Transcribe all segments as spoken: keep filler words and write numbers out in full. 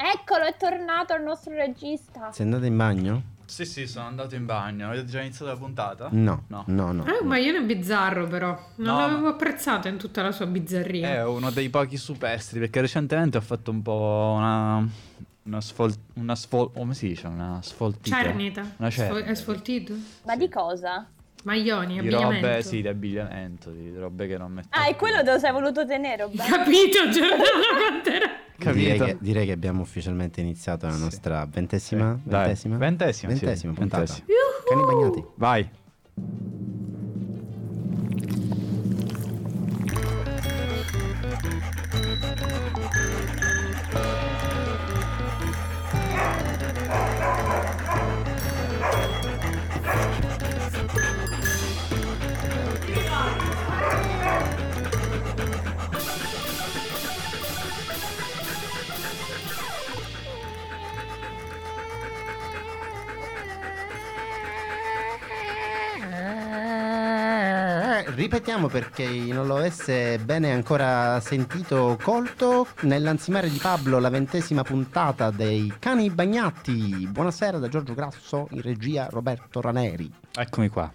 Eccolo, è tornato il nostro regista. Sei andato in bagno? Sì, sì, sono andato in bagno. Avete già iniziato la puntata? No, no, no, no. Eh, no. ma io è bizzarro però. Non No, l'avevo ma... apprezzato in tutta la sua bizzarria. È uno dei pochi superstiti, perché recentemente ho fatto un po' una... Una sfol... Una sfol... come si dice? Una sfoltita. Cernita. Una Sfo- cernita. è sfoltito? Ma Sì. di cosa? Maglioni, Di abbigliamento. robe, sì, di abbigliamento, di robe che non metto. Ah, e quello te lo sei voluto tenere, Roberto? Capito, Giordano Quantera? Direi Capito? che, direi che abbiamo ufficialmente iniziato la Sì. nostra ventesima, Sì. Dai, ventesima, ventesima, sì, ventesima puntata. ventesima. Cani bagnati. Vai. Ripetiamo perché non lo avesse bene ancora sentito o colto. Nell'ansimare di Pablo, la ventesima puntata dei Cani Bagnati. Buonasera da Giorgio Grasso, in regia Roberto Raneri. Eccomi qua.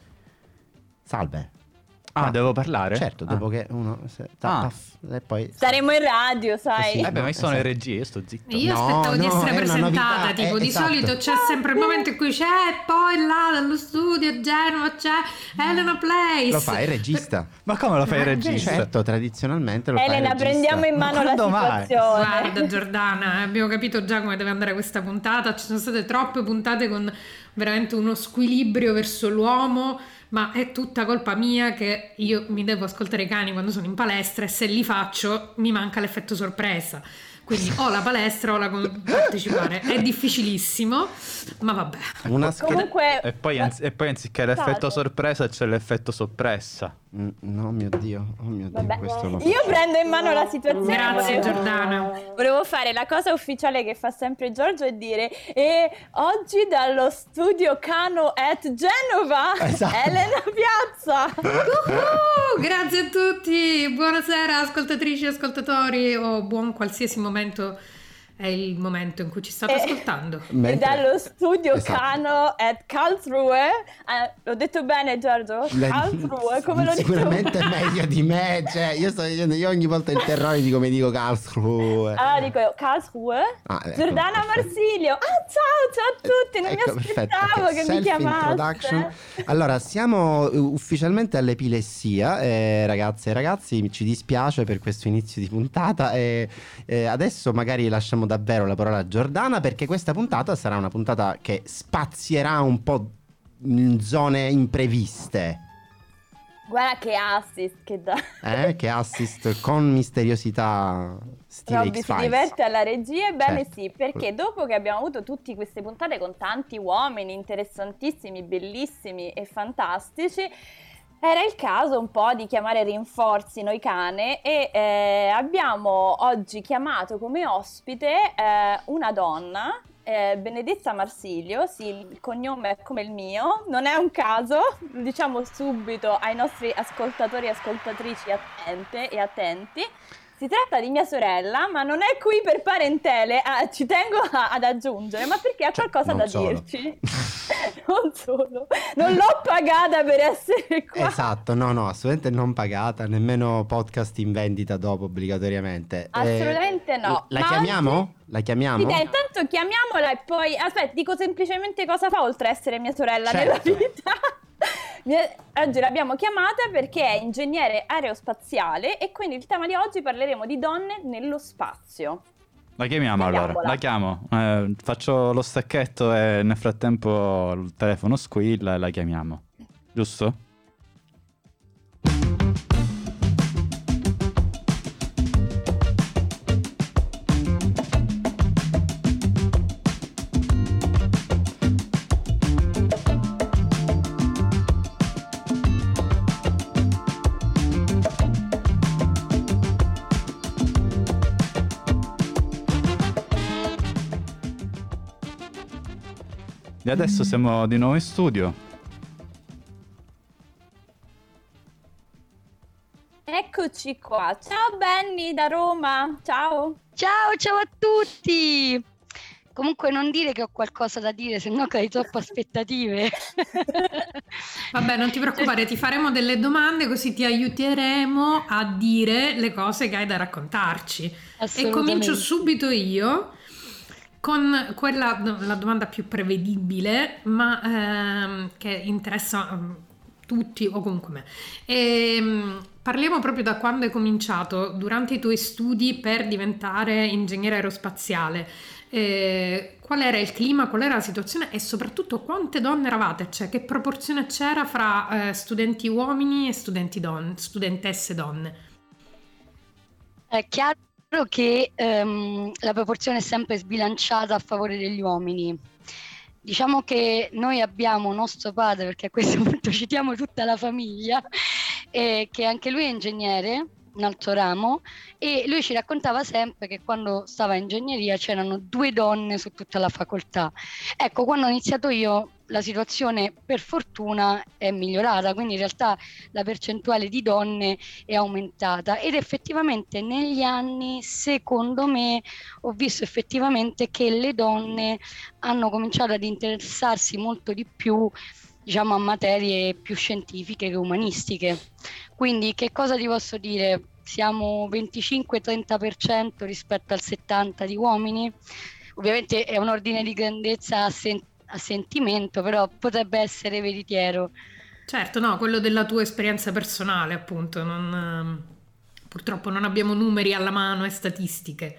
Salve. Ah, Ah, devo parlare? Certo, Ah. dopo che uno se- tappa Ah. f- e poi Saremo in radio, sai. Eh sì. Eh beh, ma io sono Esatto. in regia, io sto zitto. Io No, aspettavo di no, essere è una presentata, novità, tipo eh, di esatto. solito c'è sempre il momento in cui c'è, e poi là dallo studio a Genova c'è Elena Place. lo fai regista. Ma come lo fai il Ma regista? Certo, tradizionalmente lo fai Elena, regista. prendiamo in mano la quando mai? situazione. Guarda Giordana, abbiamo capito già come deve andare questa puntata, ci sono state troppe puntate con veramente uno squilibrio verso l'uomo, ma è tutta colpa mia che io mi devo ascoltare i cani quando sono in palestra e se li faccio mi manca l'effetto sorpresa. Quindi o la palestra o la con- partecipare. È difficilissimo, ma vabbè. Una scheda- Comunque, E poi, anzi- e poi anziché l'effetto Stato. sorpresa c'è l'effetto soppressa. Mm, no, mio Dio, oh mio Dio, vabbè, questo lo... io prendo in mano la situazione. Grazie, Volevo- Giordana. Volevo fare la cosa ufficiale che fa sempre Giorgio e dire: e oggi dallo studio Cano at Genova, Esatto. Elena Piazza. Uh, grazie a tutti, buonasera ascoltatrici e ascoltatori, o buon qualsiasi momento è il momento in cui ci state Eh, ascoltando. E Mentre- dallo studio Esatto. Cano at Karlsruhe, eh, l'ho detto bene Giorgio? Le- Karlsruhe, come lo dico? sicuramente è meglio di me, cioè io sto dicendo, io ogni volta il terrore di come dico Karlsruhe. Allora dico io, Karlsruhe, Ah, ecco, Giordana perfetto. Marsilio. Ah, ciao, ciao a tutti, non Ecco, mi perfetto, aspettavo ok, che mi self-introduction. chiamaste. Allora, siamo uh, ufficialmente all'epilessia, eh, ragazze e ragazzi, ci dispiace per questo inizio di puntata e eh, adesso magari lasciamo davvero la parola a Giordana perché questa puntata sarà una puntata che spazierà un po' in zone impreviste. Guarda che assist che dà. Eh, che assist con misteriosità stile Robby si X-Files. diverte alla regia, ebbene Certo. sì, perché dopo che abbiamo avuto tutte queste puntate con tanti uomini interessantissimi, bellissimi e fantastici, era il caso un po' di chiamare rinforzi noi cane e eh, abbiamo oggi chiamato come ospite eh, una donna, eh, Benedetta Marsilio, sì, il cognome è come il mio, non è un caso, lo diciamo subito ai nostri ascoltatori e ascoltatrici attente e attenti. Si tratta di mia sorella, ma non è qui per parentele, ah, ci tengo a- ad aggiungere, ma perché ha Cioè, qualcosa non da solo. dirci. Non solo, non l'ho pagata per essere qua. Esatto, no, no, assolutamente non pagata, nemmeno podcast in vendita dopo obbligatoriamente. Assolutamente no. La Ma chiamiamo? oggi- La chiamiamo? Sì, dai, intanto chiamiamola e poi, aspetta, dico semplicemente cosa fa oltre a essere mia sorella Certo. nella vita. Mia- Oggi l'abbiamo chiamata perché è ingegnere aerospaziale e quindi il tema di oggi parleremo di donne nello spazio. La chiamiamo allora, Chiamiamola. la chiamo. Eh, faccio lo stacchetto e nel frattempo il telefono squilla e la chiamiamo. Giusto? E adesso siamo di nuovo in studio. Eccoci qua. Ciao Benny da Roma. Ciao. Ciao, ciao a tutti! Comunque non dire che ho qualcosa da dire, se no crei troppe aspettative. Vabbè, non ti preoccupare, ti faremo delle domande così ti aiuteremo a dire le cose che hai da raccontarci. E comincio subito io con quella, la domanda più prevedibile, ma ehm, che interessa um, tutti o comunque me. E, parliamo proprio da quando hai cominciato, durante i tuoi studi per diventare ingegnere aerospaziale. Eh, qual era il clima, qual era la situazione e soprattutto quante donne eravate? Cioè, che proporzione c'era fra eh, studenti uomini e studenti donne, studentesse donne? È chiaro che ehm, la proporzione è sempre sbilanciata a favore degli uomini. Diciamo che noi abbiamo nostro padre, perché a questo punto citiamo tutta la famiglia, eh, che anche lui è ingegnere, un altro ramo, e lui ci raccontava sempre che quando stava in ingegneria c'erano due donne su tutta la facoltà. Ecco, quando ho iniziato io la situazione per fortuna è migliorata, quindi in realtà la percentuale di donne è aumentata ed effettivamente negli anni, secondo me, ho visto effettivamente che le donne hanno cominciato ad interessarsi molto di più, diciamo, a materie più scientifiche che umanistiche. Quindi che cosa ti posso dire? Siamo venticinque trenta per cento rispetto al settanta per cento di uomini. Ovviamente è un ordine di grandezza a, sen- a sentimento, però potrebbe essere veritiero. Certo, no, quello della tua esperienza personale, appunto. Non, purtroppo non abbiamo numeri alla mano e statistiche.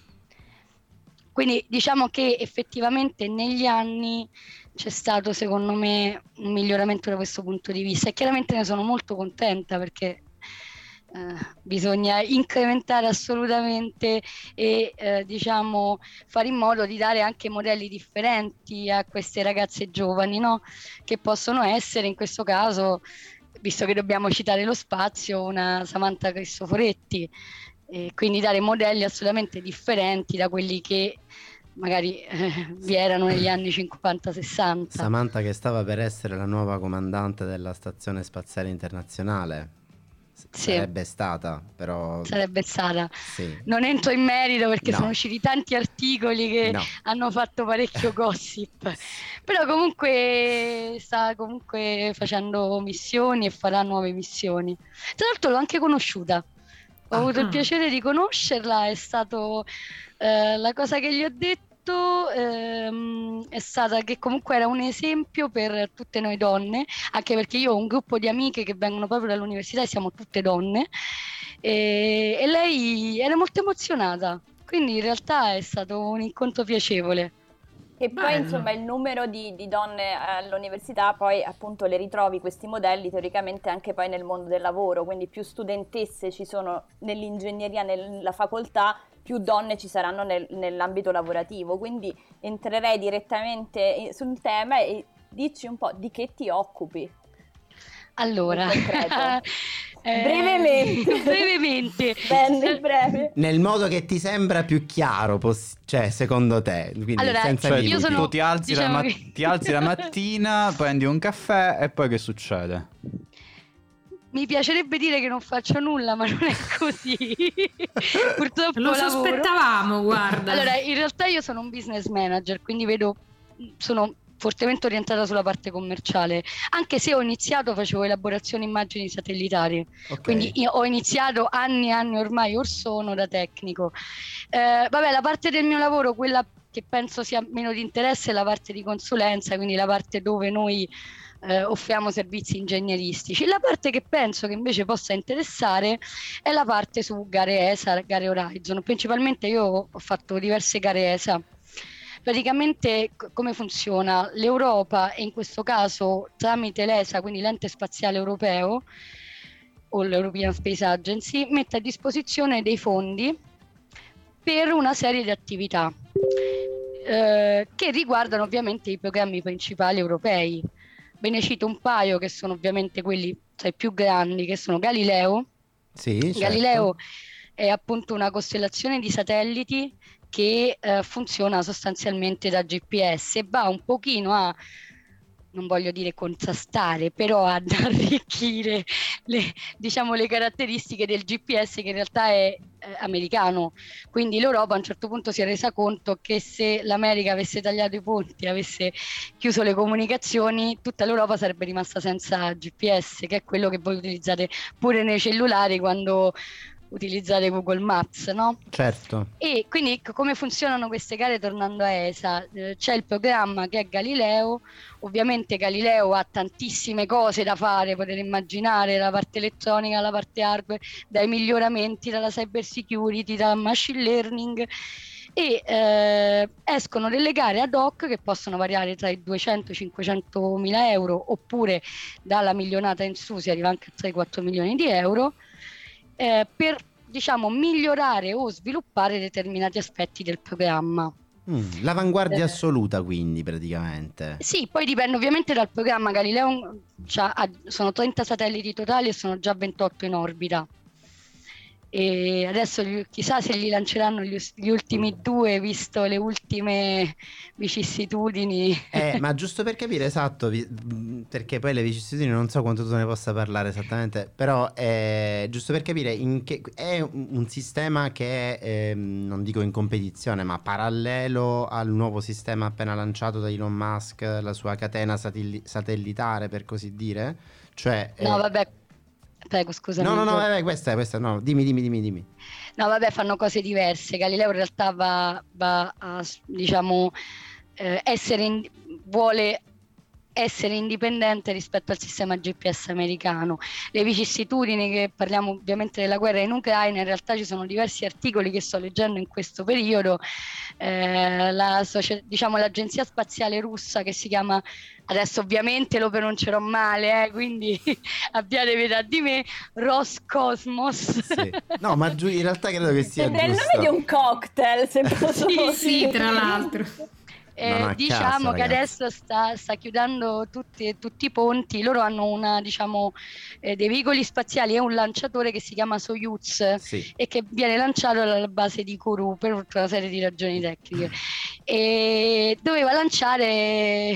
Quindi diciamo che effettivamente negli anni c'è stato, secondo me, un miglioramento da questo punto di vista e chiaramente ne sono molto contenta perché eh, bisogna incrementare assolutamente e eh, diciamo fare in modo di dare anche modelli differenti a queste ragazze giovani, no? Che possono essere in questo caso, visto che dobbiamo citare lo spazio, una Samantha Cristoforetti, e quindi dare modelli assolutamente differenti da quelli che magari eh, vi erano negli anni cinquanta sessanta. Samantha che stava per essere la nuova comandante della Stazione Spaziale Internazionale. Sì. Sarebbe stata, però sarebbe stata. Sì. Non entro in merito perché no. sono usciti tanti articoli che no. hanno fatto parecchio gossip. Però comunque sta comunque facendo missioni e farà nuove missioni. Tra l'altro l'ho anche conosciuta. Ho ah, avuto ah. il piacere di conoscerla, è stato eh, la cosa che gli ho detto ehm, è stata che comunque era un esempio per tutte noi donne, anche perché io ho un gruppo di amiche che vengono proprio dall'università e siamo tutte donne e, e lei era molto emozionata, quindi in realtà è stato un incontro piacevole. E poi Bello. Insomma il numero di, di donne all'università, poi appunto le ritrovi questi modelli teoricamente anche poi nel mondo del lavoro, quindi più studentesse ci sono nell'ingegneria, nella facoltà, più donne ci saranno nel, nell'ambito lavorativo, quindi entrerei direttamente sul tema e dici un po' di che ti occupi. Allora, eh, brevemente, brevemente, bene, breve. Nel modo che ti sembra più chiaro, poss- cioè secondo te. Quindi allora, senza cioè, io tu, sono, tu ti alzi, diciamo la, ma- che... ti alzi la mattina, prendi un caffè e poi che succede? Mi piacerebbe dire che non faccio nulla, ma non è così. Purtroppo lo lavoro. sospettavamo, guarda. Allora, in realtà io sono un business manager, quindi vedo, sono fortemente orientata sulla parte commerciale, anche se ho iniziato, facevo elaborazione immagini satellitari, okay. Quindi io ho iniziato anni e anni ormai or sono da tecnico. Eh, vabbè, la parte del mio lavoro, quella che penso sia meno di interesse, è la parte di consulenza, quindi la parte dove noi eh, offriamo servizi ingegneristici. La parte che penso che invece possa interessare è la parte su gare E S A, gare Horizon. Principalmente io ho fatto diverse gare E S A. Praticamente c- come funziona? L'Europa, e in questo caso tramite l'E S A, quindi l'ente spaziale europeo o l'European Space Agency, mette a disposizione dei fondi per una serie di attività eh, che riguardano ovviamente i programmi principali europei. Ve ne cito un paio che sono ovviamente quelli tra i più grandi, che sono Galileo. Sì, certo. Galileo è appunto una costellazione di satelliti che eh, funziona sostanzialmente da G P S e va un pochino a non voglio dire contrastare, però ad arricchire le, diciamo, le caratteristiche del G P S, che in realtà è eh, americano. Quindi l'Europa a un certo punto si è resa conto che se l'America avesse tagliato i ponti, avesse chiuso le comunicazioni, tutta l'Europa sarebbe rimasta senza G P S, che è quello che voi utilizzate pure nei cellulari quando utilizzare Google Maps, no? Certo. E quindi come funzionano queste gare, tornando a E S A? Eh, c'è il programma che è Galileo. Ovviamente Galileo ha tantissime cose da fare, potete immaginare, la parte elettronica, la parte hardware, dai miglioramenti, dalla cyber security, dal machine learning, e eh, escono delle gare ad hoc che possono variare tra i duecento e i cinquecento mila euro, oppure dalla milionata in su si arriva anche a tre quattro milioni di euro, Eh, per, diciamo, migliorare o sviluppare determinati aspetti del programma. Mm, l'avanguardia Eh, assoluta, quindi, praticamente. Sì, poi dipende ovviamente dal programma. Galileo c'ha- ha- sono trenta satelliti totali e sono già ventotto in orbita. E adesso gli- chissà se gli lanceranno gli, us- gli ultimi due, visto le ultime vicissitudini. Eh, ma giusto per capire, esatto, vi- mh, perché poi le vicissitudini non so quanto tu ne possa parlare esattamente, però è giusto per capire in che è un, un sistema che è, ehm, non dico in competizione, ma parallelo al nuovo sistema appena lanciato da Elon Musk, la sua catena satelli- satellitare, per così dire. Cioè, No, eh, vabbè, prego, scusami. no, no, no, Giorgio. vabbè, questa è, questa è- no, dimmi, dimmi, dimmi, dimmi. No, vabbè, fanno cose diverse. Galileo in realtà va, va a, diciamo, eh, essere in- vuole essere indipendente rispetto al sistema G P S americano. Le vicissitudini, che parliamo ovviamente della guerra in Ucraina, in realtà ci sono diversi articoli che sto leggendo in questo periodo. Eh, la socia- diciamo, l'agenzia spaziale russa, che si chiama, adesso ovviamente lo pronuncerò male, eh, quindi abbiate pietà di me, Roscosmos. Sì. No, ma giù, in realtà credo che sia Sembra il giusto. nome di un cocktail, se posso Sì, Sì, dire. tra l'altro. Eh, Non a diciamo caso, che ragazzi. adesso sta, sta chiudendo tutti, tutti i ponti. Loro hanno una, diciamo, eh, dei veicoli spaziali e un lanciatore che si chiama Soyuz, Sì. e che viene lanciato dalla base di Kourou per tutta una serie di ragioni tecniche, e doveva lanciare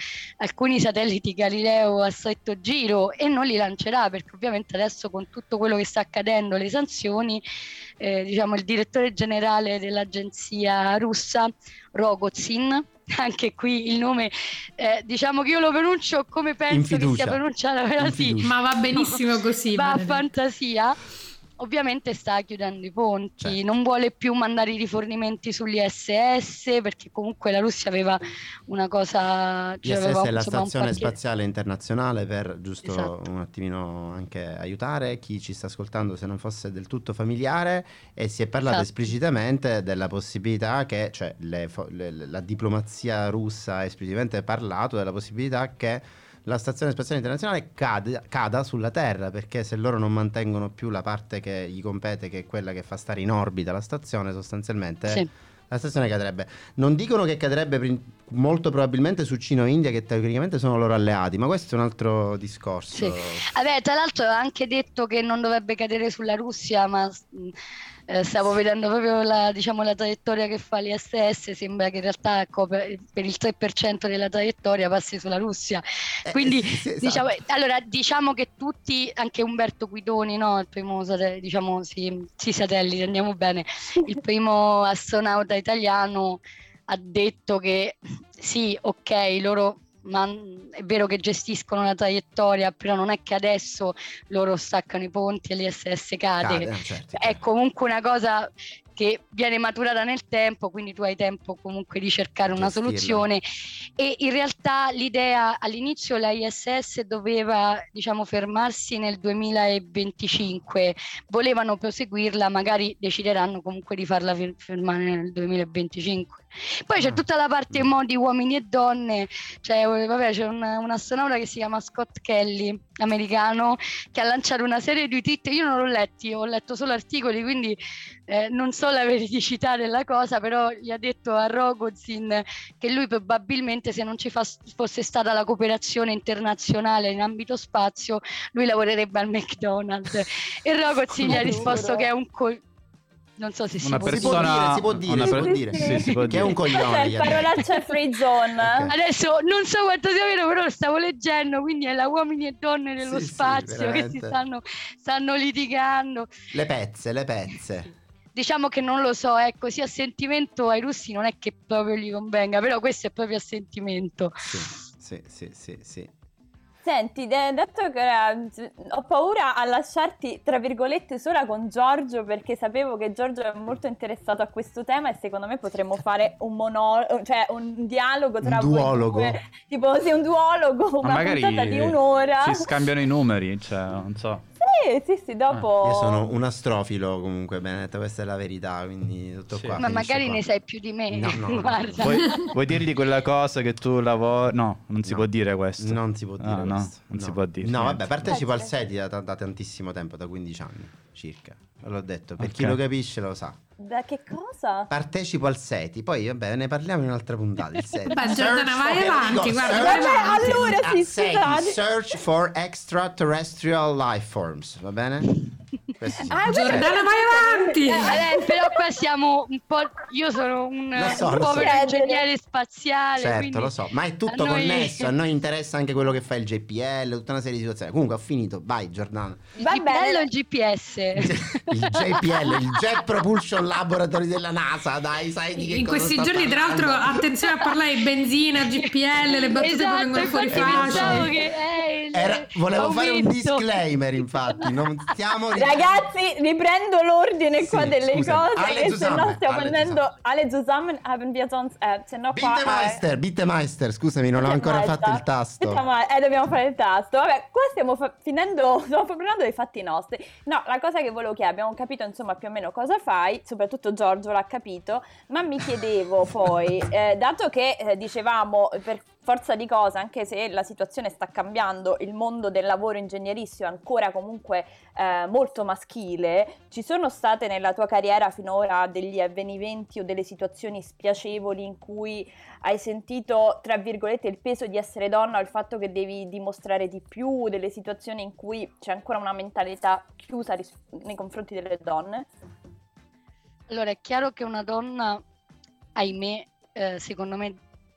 alcuni satelliti Galileo a stretto giro, e non li lancerà perché ovviamente adesso, con tutto quello che sta accadendo, le sanzioni, eh, diciamo, il direttore generale dell'agenzia russa, Rogozin, anche qui il nome, eh, diciamo che io lo pronuncio come In penso che fiducia. sia pronunciato, però In sì, fiducia. Ma va benissimo così. va a Benedetta. fantasia. Ovviamente sta chiudendo i ponti, Certo. non vuole più mandare i rifornimenti sugli S S, perché comunque la Russia aveva una cosa, I cioè S S aveva, è la insomma, un Stazione pacchetto- Spaziale Internazionale, per giusto Esatto. un attimino anche aiutare chi ci sta ascoltando se non fosse del tutto familiare, e si è parlato Esatto. esplicitamente della possibilità che, cioè le fo- le- la diplomazia russa ha esplicitamente parlato della possibilità che la Stazione Spaziale Internazionale cade- cada sulla Terra, perché se loro non mantengono più la parte che gli compete, che è quella che fa stare in orbita la stazione, sostanzialmente Sì. la stazione cadrebbe. Non dicono che cadrebbe prin- molto probabilmente su Cina o India, che tecnicamente sono loro alleati, ma questo è un altro discorso. Sì. Vabbè, tra l'altro ha anche detto che non dovrebbe cadere sulla Russia, ma mh, eh, stavo vedendo proprio la, diciamo, la traiettoria che fa l'I S S, sembra che in realtà copre- per il tre per cento della traiettoria passi sulla Russia. Eh, Quindi sì, sì, esatto. diciamo, allora, diciamo che tutti, anche Umberto Guidoni, no, il primo sate- diciamo, sì, sì, satellite, andiamo bene, il primo astronauta italiano, ha detto che sì, ok, loro, ma è vero che gestiscono la traiettoria, però non è che adesso loro staccano i ponti e l'I S S cade. Cade, eh, certo, È certo. comunque una cosa che viene maturata nel tempo, quindi tu hai tempo comunque di cercare una Gestirla. soluzione. E in realtà l'idea, all'inizio la I S S doveva, diciamo, fermarsi nel duemilaventicinque, volevano proseguirla, magari decideranno comunque di farla fer- fermare nel duemilaventicinque. Poi c'è Ah. tutta la parte mo di uomini e donne, cioè, eh, vabbè, c'è un, un astronauta che si chiama Scott Kelly, americano, che ha lanciato una serie di tweet. Io non l'ho letti, ho letto solo articoli, quindi eh, non so la veridicità della cosa, però gli ha detto a Rogozin che lui probabilmente, se non ci fa- fosse stata la cooperazione internazionale in ambito spazio, lui lavorerebbe al McDonald's. E Rogozin gli ha Come risposto duro. che è un co- Non so se si Una può persona- Si può dire, una si può per- dire. sì, si può Che è dire. un coglione. Cioè, gli ha detto. parolaccia free zone. Ok. Adesso non so quanto sia vero, però lo stavo leggendo, quindi è la uomini e donne dello Sì, sì, spazio che veramente. si stanno, stanno litigando. Le pezze, le pezze. Diciamo che non lo so, ecco, sia a sentimento ai russi non è che proprio gli convenga, però questo è proprio a sentimento. Sì, sì, sì, sì, sì. Senti, de- detto che eh, ho paura a lasciarti, tra virgolette, sola con Giorgio, perché sapevo che Giorgio è molto interessato a questo tema e secondo me potremmo fare un monologo, cioè un dialogo tra Un voi duologo. due. Tipo, sì, un duologo, Ma una magari puntata di un'ora. ci scambiano i numeri, cioè, non so. Sì, sì, sì, dopo... Io sono un astrofilo comunque, Benedetta, questa è la verità, quindi tutto Sì. qua. Ma finisce magari qua. ne sai più di me, No, no, no. guarda. Vuoi, vuoi dirgli quella cosa che tu lavori? No, non si No. può dire questo. Non si può dire Ah, no, questo. non no. si può dire. No, niente. vabbè, partecipo al Dai, SETI da, da tantissimo tempo, da quindici anni circa. L'ho detto, per chi Ok. lo capisce lo sa. Da che cosa? Partecipo al SETI, poi vabbè, ne parliamo in un'altra puntata. Il SETI. Vabbè, Giordana, Search vai for- avanti, dico, guarda, search- vai Vabbè, avanti. allora Ah, sì, SETI, scusate. Search for Extraterrestrial Life Forms, va bene? Questo sì. Ah, questo- Giordana, vai avanti! Eh, però qua siamo un po'. Io sono un, Lo so, un lo so. povero ingegnere spaziale. Certo, quindi lo so, ma è tutto a noi- connesso, a noi interessa anche quello che fa il J P L, tutta una serie di situazioni. Comunque ho finito, vai Giordana. Il Va G P L bene. o il G P S? Il J P L, il Jet Propulsion Laboratory della NASA, dai, sai di che In cosa questi sto giorni, tra l'altro, parlando? attenzione a parlare di benzina, G P L, le battute Esatto, che vengono fuori infatti pensavo facili. che è il Era- volevo fare un aumento. disclaimer, infatti, non stiamo Ragazzi, riprendo l'ordine Sì, qua delle scusami. cose, Ale che se no zusammen, stiamo alle prendendo zusammen. alle zusammen haben wir sonst eh, se no qua Bittemeister, Bittemeister, scusami, non ho ancora fatto il tasto. Eh, dobbiamo fare il tasto. Vabbè, qua stiamo fa- finendo, stiamo parlando dei fatti nostri. No, la cosa che volevo chiedere, abbiamo capito insomma più o meno cosa fai, soprattutto Giorgio l'ha capito, ma mi chiedevo poi, eh, dato che eh, dicevamo per forza di cosa, anche se la situazione sta cambiando, il mondo del lavoro ingegneristico è ancora comunque eh, molto maschile, ci sono state nella tua carriera finora degli avvenimenti o delle situazioni spiacevoli in cui hai sentito, tra virgolette, il peso di essere donna o il fatto che devi dimostrare di più, delle situazioni in cui c'è ancora una mentalità chiusa ris- nei confronti delle donne? Allora, è chiaro che una donna, ahimè, eh, secondo me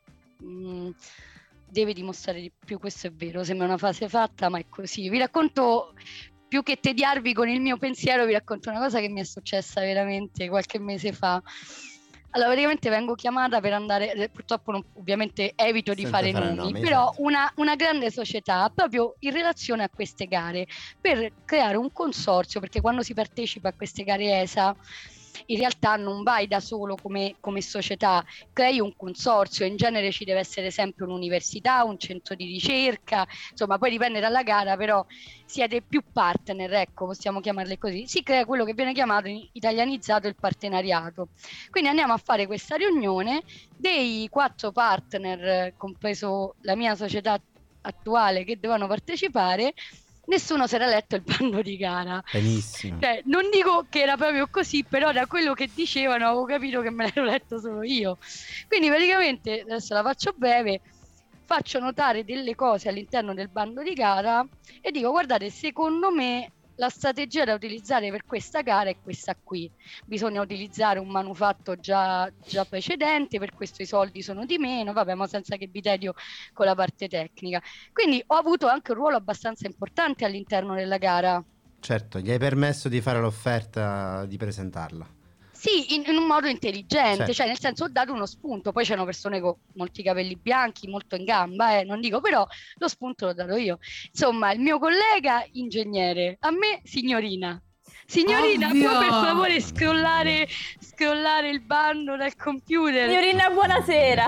mh, deve dimostrare di più, questo è vero, sembra una frase fatta, ma è così. Vi racconto, più che tediarvi con il mio pensiero, vi racconto una cosa che mi è successa veramente qualche mese fa. Allora, praticamente vengo chiamata per andare, eh, purtroppo non- ovviamente evito di Senza fare fare nomi, nomi, però esatto. una, una grande società proprio in relazione a queste gare, per creare un consorzio, perché quando si partecipa a queste gare E S A in realtà non vai da solo come, come società, crei un consorzio, in genere ci deve essere sempre un'università, un centro di ricerca, insomma poi dipende dalla gara, però siete più partner, ecco, possiamo chiamarle così, si crea quello che viene chiamato in italianizzato il partenariato. Quindi andiamo a fare questa riunione, dei quattro partner, compreso la mia società attuale, che dovevano partecipare, nessuno si era letto il bando di gara. Benissimo. Cioè, non dico che era proprio così, però da quello che dicevano avevo capito che me l'ero letto solo io. Quindi praticamente, adesso la faccio breve, faccio notare delle cose all'interno del bando di gara e dico: guardate, secondo me la strategia da utilizzare per questa gara è questa qui. Bisogna utilizzare un manufatto già, già precedente, per questo i soldi sono di meno, vabbè, ma senza che vi tedio con la parte tecnica. Quindi ho avuto anche un ruolo abbastanza importante all'interno della gara. Certo, gli hai permesso di fare l'offerta, di presentarla. Sì, in, in un modo intelligente, Certo. cioè nel senso ho dato uno spunto, poi c'erano persone con molti capelli bianchi, molto in gamba, eh, non dico, però lo spunto l'ho dato io. Insomma, il mio collega ingegnere, a me signorina. Signorina, Ovvio. può per favore scrollare, scrollare il bando dal computer? Signorina, buonasera.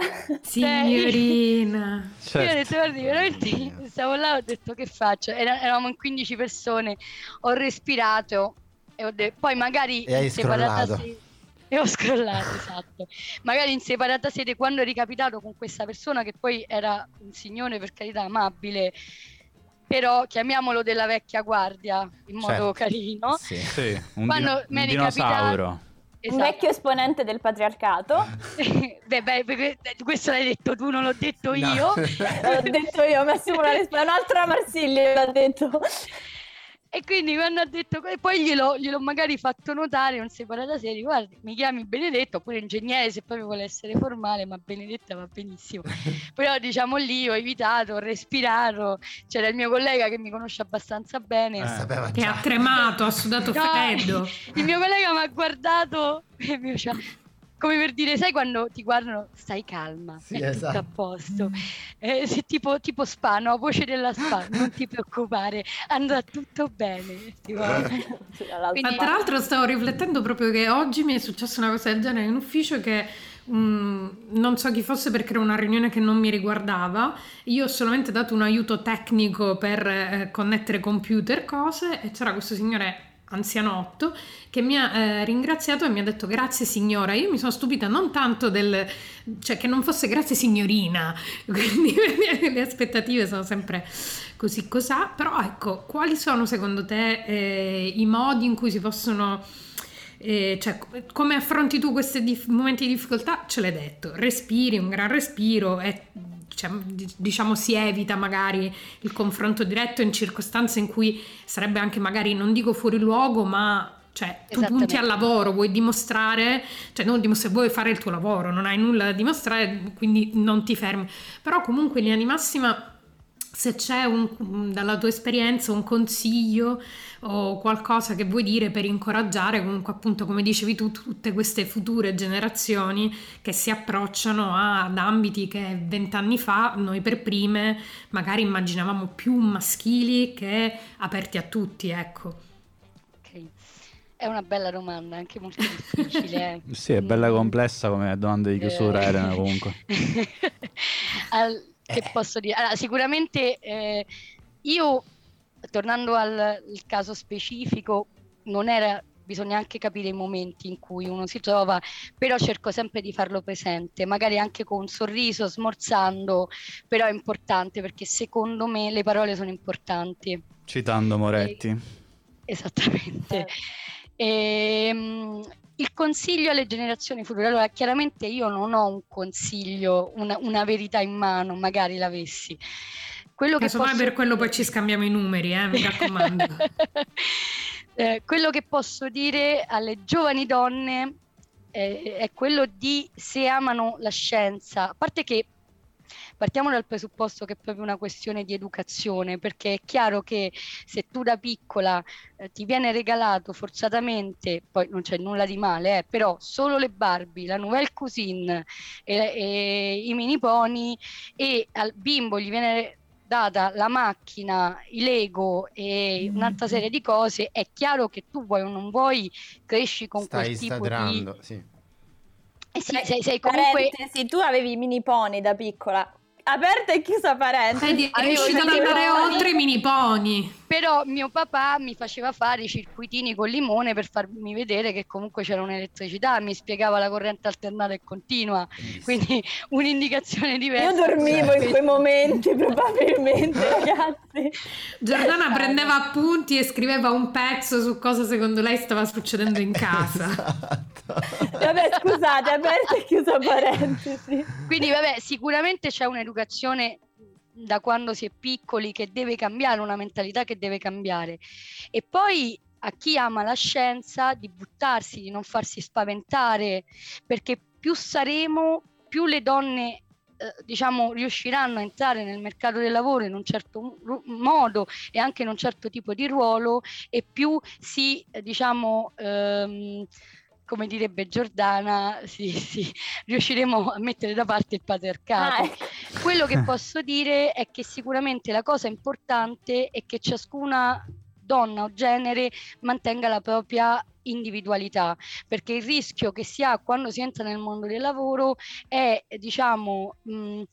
Signorina. Io ho detto, Certo. guardi, veramente stavo là, ho detto che faccio? Era- eravamo in quindici persone, ho respirato e ho detto, poi magari E hai in separata scrollato. sede- e ho scrollato, esatto. Magari in separata sede, quando è ricapitato con questa persona, che poi era un signore, per carità, amabile, però chiamiamolo della vecchia guardia in modo Certo. carino. Sì. Sì, un, Quando dino- mi è un dinosauro. Un Esatto. vecchio esponente del patriarcato. Beh, beh, beh, questo l'hai detto tu, non l'ho detto No. io. L'ho detto io, mi assumo la responsabilità. Un'altra Marsiglia l'ha detto. E quindi quando ha detto, e poi glielo, gliel'ho magari fatto notare un separata serie, guarda, mi chiami Benedetto, oppure ingegnere se proprio vuole essere formale, ma Benedetta va benissimo. Però diciamo lì ho evitato, ho respirato, c'era il mio collega che mi conosce abbastanza bene. Eh, sapeva Che già. ha tremato, ha sudato No, freddo. il mio collega mi ha guardato e mi faceva, come per dire, sai quando ti guardano, stai calma, Sì, è esatto. tutto a posto. Eh, se tipo, tipo spa, no? Voce della spa, non ti preoccupare, andrà tutto bene. Tipo. Ma Quindi- Ma tra l'altro stavo riflettendo proprio che oggi mi è successa una cosa del genere in ufficio che mm, non so chi fosse perché era una riunione che non mi riguardava. Io ho solamente dato un aiuto tecnico per eh, connettere computer, cose, e c'era questo signore anzianotto che mi ha eh, ringraziato e mi ha detto grazie signora. Io mi sono stupita non tanto del, cioè che non fosse grazie signorina, quindi le aspettative sono sempre così cosà, però ecco, quali sono secondo te eh, i modi in cui si possono eh, cioè come affronti tu questi dif- momenti di difficoltà? Ce l'hai detto, respiri, un gran respiro e diciamo, diciamo si evita magari il confronto diretto in circostanze in cui sarebbe anche magari, non dico fuori luogo, ma cioè tu punti al lavoro, vuoi dimostrare, cioè non dimostrare, vuoi fare il tuo lavoro, non hai nulla da dimostrare, quindi non ti fermi, però comunque in linea di massima se c'è un, dalla tua esperienza un consiglio o qualcosa che vuoi dire per incoraggiare comunque appunto come dicevi tu tutte queste future generazioni che si approcciano ad ambiti che vent'anni fa noi per prime magari immaginavamo più maschili che aperti a tutti, ecco. Ok, è una bella domanda, anche molto difficile. Eh. Sì, è bella complessa come domanda di chiusura, Eh. Elena, comunque. Al- che posso dire? Allora, sicuramente eh, io, tornando al, al caso specifico, non era, bisogna anche capire i momenti in cui uno si trova, però cerco sempre di farlo presente, magari anche con un sorriso, smorzando, però è importante perché secondo me le parole sono importanti. Citando Moretti. E- esattamente. Ehm, il consiglio alle generazioni future, allora chiaramente io non ho un consiglio, una, una verità in mano, magari l'avessi. Quello che Insomma, posso per quello dire- poi ci scambiamo i numeri, eh, mi raccomando. Eh, quello che posso dire alle giovani donne eh, è quello di, se amano la scienza, a parte che partiamo dal presupposto che è proprio una questione di educazione, perché è chiaro che se tu da piccola eh, ti viene regalato forzatamente, poi non c'è nulla di male, eh, però solo le Barbie, la Nouvelle Cousine e, e i mini pony, e al bimbo gli viene data la macchina, i Lego e un'altra serie di cose, è chiaro che tu vuoi o non vuoi cresci con Stai quel tipo stadrando, di... sì. Eh sì, Beh, sei, sei comunque... parentesi, tu avevi i mini pony da piccola. Aperta e chiusa parentesi. Vedi, è Avevo riuscita ad i andare pony. oltre i mini pony. Però mio papà mi faceva fare i circuitini con limone per farmi vedere che comunque c'era un'elettricità, mi spiegava la corrente alternata e continua, quindi un'indicazione diversa. Io dormivo in quei momenti probabilmente, ragazzi. Giordana prendeva appunti e scriveva un pezzo su cosa secondo lei stava succedendo in casa. Esatto. Vabbè, scusate, aperta e chiusa parentesi. Quindi vabbè, sicuramente c'è un'educazione da quando si è piccoli che deve cambiare, una mentalità che deve cambiare. E poi a chi ama la scienza di buttarsi, di non farsi spaventare, perché più saremo, più le donne eh, diciamo riusciranno a entrare nel mercato del lavoro in un certo ru- modo e anche in un certo tipo di ruolo, e più si eh, diciamo ehm, come direbbe Giordana, sì, sì, riusciremo a mettere da parte il patriarcato. Ah, ecco. Quello che posso dire è che sicuramente la cosa importante è che ciascuna donna o genere mantenga la propria individualità, perché il rischio che si ha quando si entra nel mondo del lavoro è, diciamo, mh,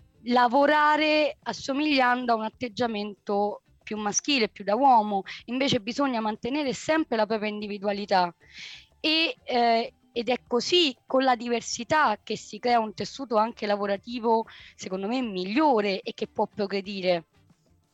lavorare assomigliando a un atteggiamento più maschile, più da uomo. Invece bisogna mantenere sempre la propria individualità. E, eh, ed è così con la diversità che si crea un tessuto anche lavorativo, secondo me, migliore e che può progredire.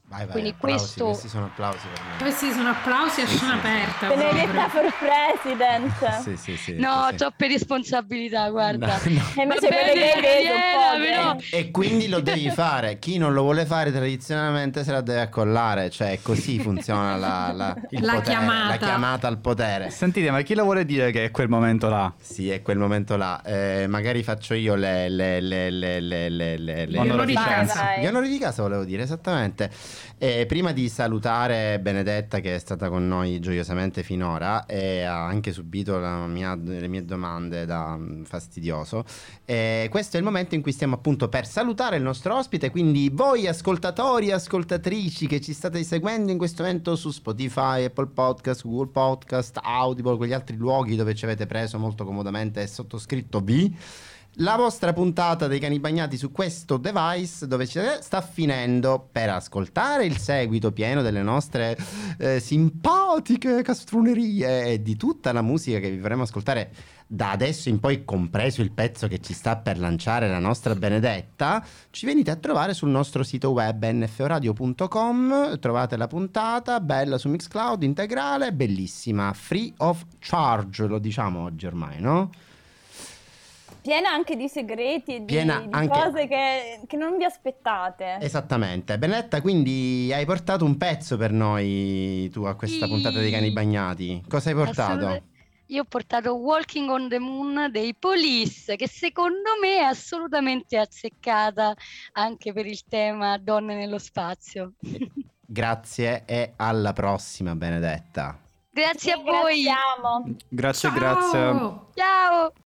Vai, vai, Quindi applausi, questo- questi sono applausi per me. Questi sono applausi a scena aperta. Benedetta proprio. for president. Sì, sì, sì. No, sì. troppe responsabilità, guarda. No, no. E invece Va bene, quelle che hai preso Daniela, poche. però- E quindi lo devi fare. Chi non lo vuole fare tradizionalmente se la deve accollare. Cioè, così funziona la, la, il La potere, chiamata. la chiamata al potere. Sentite, ma chi lo vuole dire che è quel momento là? Sì, è quel momento là. Eh, magari faccio io le, le, le, le, le, le, le, le- Onori di Vai, casa. vai. Gli onori di casa volevo dire, esattamente. Eh, prima di salutare Benedetta, che è stata con noi gioiosamente finora e ha anche subito la mia- le mie domande da mm, fastidioso, eh, questo è il momento in cui stiamo appunto per salutare il nostro ospite, quindi voi ascoltatori e ascoltatrici che ci state seguendo in questo momento su Spotify, Apple Podcast, Google Podcast, Audible, quegli altri luoghi dove ci avete preso molto comodamente e sottoscritto vi. La vostra puntata dei Cani Bagnati su questo device dove ci sta finendo. Per ascoltare il seguito pieno delle nostre eh, simpatiche castronerie e di tutta la musica che vi faremo ascoltare da adesso in poi, compreso il pezzo che ci sta per lanciare la nostra Benedetta, ci venite a trovare sul nostro sito web n f o radio punto com. Trovate la puntata bella su Mixcloud, integrale, bellissima, free of charge, lo diciamo oggi ormai, no? Piena anche di segreti e di, Piena di anche- cose che, che non vi aspettate. Esattamente. Benedetta, quindi hai portato un pezzo per noi tu a questa Sì. puntata dei Cani Bagnati. Cosa hai portato? Assolutamente. Io ho portato Walking on the Moon dei Police, che secondo me è assolutamente azzeccata anche per il tema donne nello spazio. Grazie e alla prossima, Benedetta. Grazie a voi. Ringraziamo. Grazie, Ciao! grazie. Ciao.